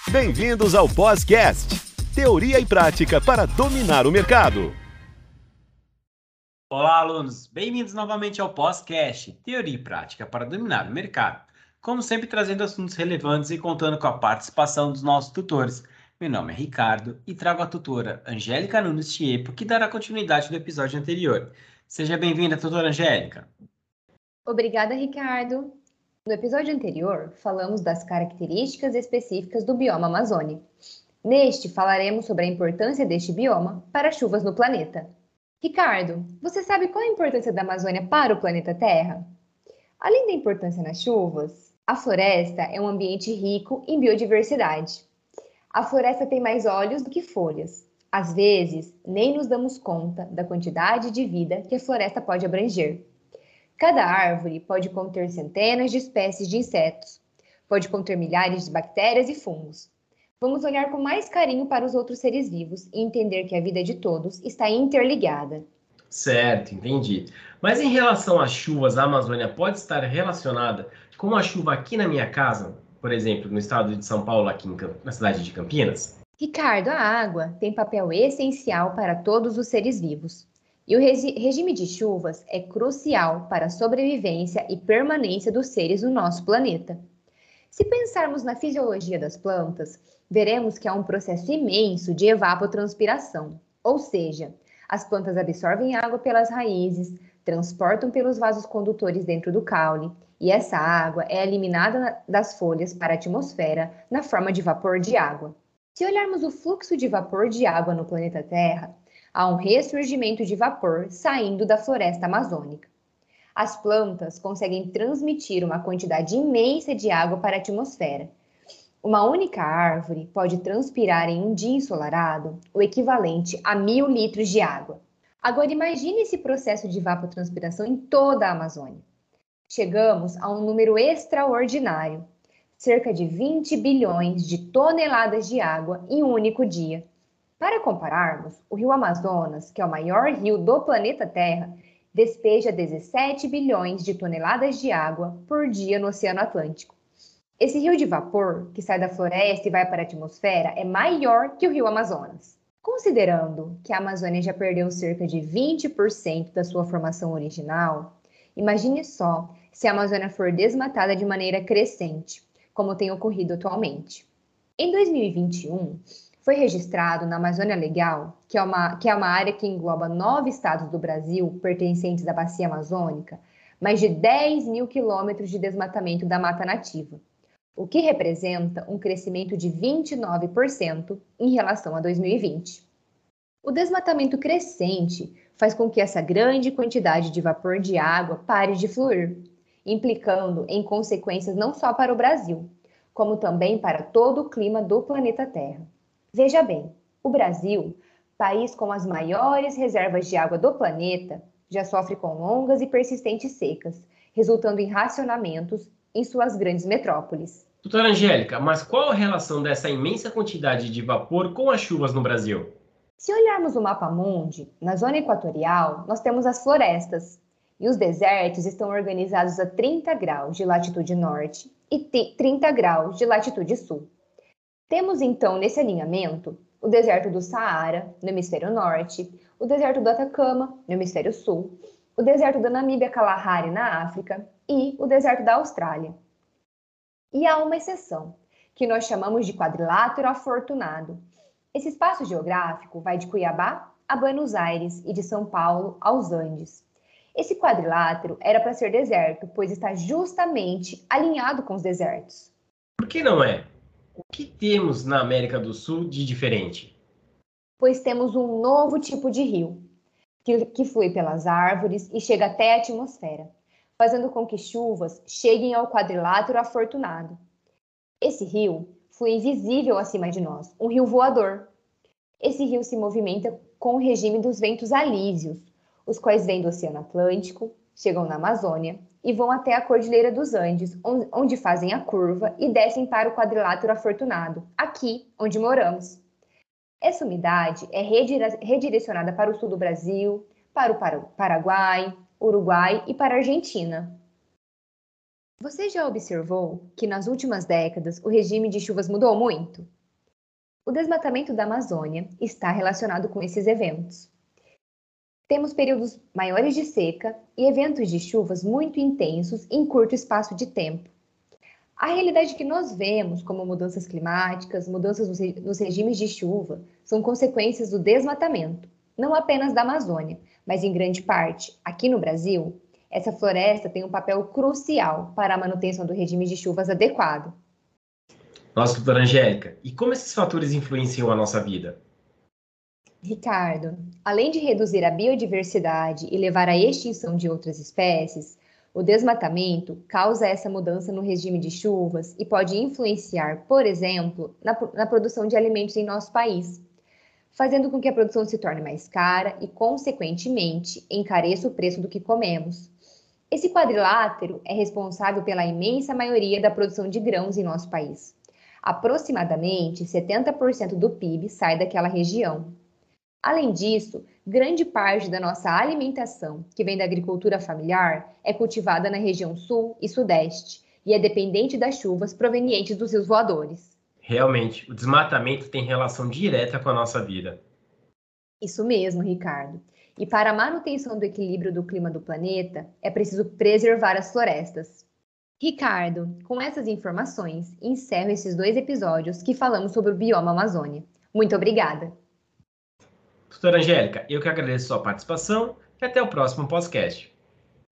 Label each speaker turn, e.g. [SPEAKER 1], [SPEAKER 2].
[SPEAKER 1] Bem-vindos ao Pós-Cast, teoria e prática para dominar o mercado.
[SPEAKER 2] Olá, alunos! Bem-vindos novamente ao Pós-Cast, teoria e prática para dominar o mercado. Como sempre, trazendo assuntos relevantes e contando com a participação dos nossos tutores. Meu nome é Ricardo e trago a tutora Angélica Nunes Tiepo, que dará continuidade do episódio anterior. Seja bem-vinda, tutora Angélica.
[SPEAKER 3] Obrigada, Ricardo. No episódio anterior, falamos das características específicas do bioma amazônico. Neste, falaremos sobre a importância deste bioma para as chuvas no planeta. Ricardo, você sabe qual a importância da Amazônia para o planeta Terra? Além da importância nas chuvas, a floresta é um ambiente rico em biodiversidade. A floresta tem mais olhos do que folhas. Às vezes, nem nos damos conta da quantidade de vida que a floresta pode abranger. Cada árvore pode conter centenas de espécies de insetos, pode conter milhares de bactérias e fungos. Vamos olhar com mais carinho para os outros seres vivos e entender que a vida de todos está interligada.
[SPEAKER 4] Certo, entendi. Mas em relação às chuvas, a Amazônia pode estar relacionada com a chuva aqui na minha casa, por exemplo, no estado de São Paulo, aqui na cidade de Campinas?
[SPEAKER 3] Ricardo, a água tem papel essencial para todos os seres vivos. E o regime de chuvas é crucial para a sobrevivência e permanência dos seres no nosso planeta. Se pensarmos na fisiologia das plantas, veremos que há um processo imenso de evapotranspiração, ou seja, as plantas absorvem água pelas raízes, transportam pelos vasos condutores dentro do caule, e essa água é eliminada das folhas para a atmosfera na forma de vapor de água. Se olharmos o fluxo de vapor de água no planeta Terra, há um ressurgimento de vapor saindo da floresta amazônica. As plantas conseguem transmitir uma quantidade imensa de água para a atmosfera. Uma única árvore pode transpirar em um dia ensolarado o equivalente a 1.000 litros de água. Agora imagine esse processo de evapotranspiração em toda a Amazônia. Chegamos a um número extraordinário, cerca de 20 bilhões de toneladas de água em um único dia. Para compararmos, o rio Amazonas, que é o maior rio do planeta Terra, despeja 17 bilhões de toneladas de água por dia no Oceano Atlântico. Esse rio de vapor, que sai da floresta e vai para a atmosfera, é maior que o rio Amazonas. Considerando que a Amazônia já perdeu cerca de 20% da sua formação original, imagine só se a Amazônia for desmatada de maneira crescente, como tem ocorrido atualmente. Em 2021, foi registrado na Amazônia Legal, que é uma área que engloba 9 estados do Brasil pertencentes à Bacia Amazônica, mais de 10 mil quilômetros de desmatamento da mata nativa, o que representa um crescimento de 29% em relação a 2020. O desmatamento crescente faz com que essa grande quantidade de vapor de água pare de fluir, implicando em consequências não só para o Brasil, como também para todo o clima do planeta Terra. Veja bem, o Brasil, país com as maiores reservas de água do planeta, já sofre com longas e persistentes secas, resultando em racionamentos em suas grandes metrópoles.
[SPEAKER 4] Doutora Angélica, mas qual a relação dessa imensa quantidade de vapor com as chuvas no Brasil?
[SPEAKER 3] Se olharmos o mapa mundi, na zona equatorial, nós temos as florestas, e os desertos estão organizados a 30 graus de latitude norte e 30 graus de latitude sul. Temos então nesse alinhamento o deserto do Saara, no hemisfério norte, o deserto do Atacama, no hemisfério sul, o deserto da Namíbia-Kalahari, na África, e o deserto da Austrália. E há uma exceção, que nós chamamos de quadrilátero afortunado. Esse espaço geográfico vai de Cuiabá a Buenos Aires e de São Paulo aos Andes. Esse quadrilátero era para ser deserto, pois está justamente alinhado com os desertos.
[SPEAKER 4] Por que não é? O que temos na América do Sul de diferente?
[SPEAKER 3] Pois temos um novo tipo de rio, que flui pelas árvores e chega até a atmosfera, fazendo com que chuvas cheguem ao quadrilátero afortunado. Esse rio flui invisível acima de nós, um rio voador. Esse rio se movimenta com o regime dos ventos alísios, os quais vêm do Oceano Atlântico, chegam na Amazônia e vão até a Cordilheira dos Andes, onde fazem a curva e descem para o quadrilátero afortunado, aqui onde moramos. Essa umidade é redirecionada para o sul do Brasil, para o Paraguai, Uruguai e para a Argentina. Você já observou que nas últimas décadas o regime de chuvas mudou muito? O desmatamento da Amazônia está relacionado com esses eventos. Temos períodos maiores de seca e eventos de chuvas muito intensos em curto espaço de tempo. A realidade que nós vemos, como mudanças climáticas, mudanças nos regimes de chuva, são consequências do desmatamento, não apenas da Amazônia, mas em grande parte, aqui no Brasil, essa floresta tem um papel crucial para a manutenção do regime de chuvas adequado.
[SPEAKER 4] Nossa, doutora Angélica, e como esses fatores influenciam a nossa vida?
[SPEAKER 3] Ricardo, além de reduzir a biodiversidade e levar à extinção de outras espécies, o desmatamento causa essa mudança no regime de chuvas e pode influenciar, por exemplo, na produção de alimentos em nosso país, fazendo com que a produção se torne mais cara e, consequentemente, encareça o preço do que comemos. Esse quadrilátero é responsável pela imensa maioria da produção de grãos em nosso país. Aproximadamente 70% do PIB sai daquela região. Além disso, grande parte da nossa alimentação, que vem da agricultura familiar, é cultivada na região sul e sudeste e é dependente das chuvas provenientes dos rios voadores.
[SPEAKER 4] Realmente, o desmatamento tem relação direta com a nossa vida.
[SPEAKER 3] Isso mesmo, Ricardo. E para a manutenção do equilíbrio do clima do planeta, é preciso preservar as florestas. Ricardo, com essas informações, encerro esses 2 episódios que falamos sobre o bioma Amazônia. Muito obrigada!
[SPEAKER 4] Doutora Angélica, eu que agradeço a sua participação e até o próximo podcast.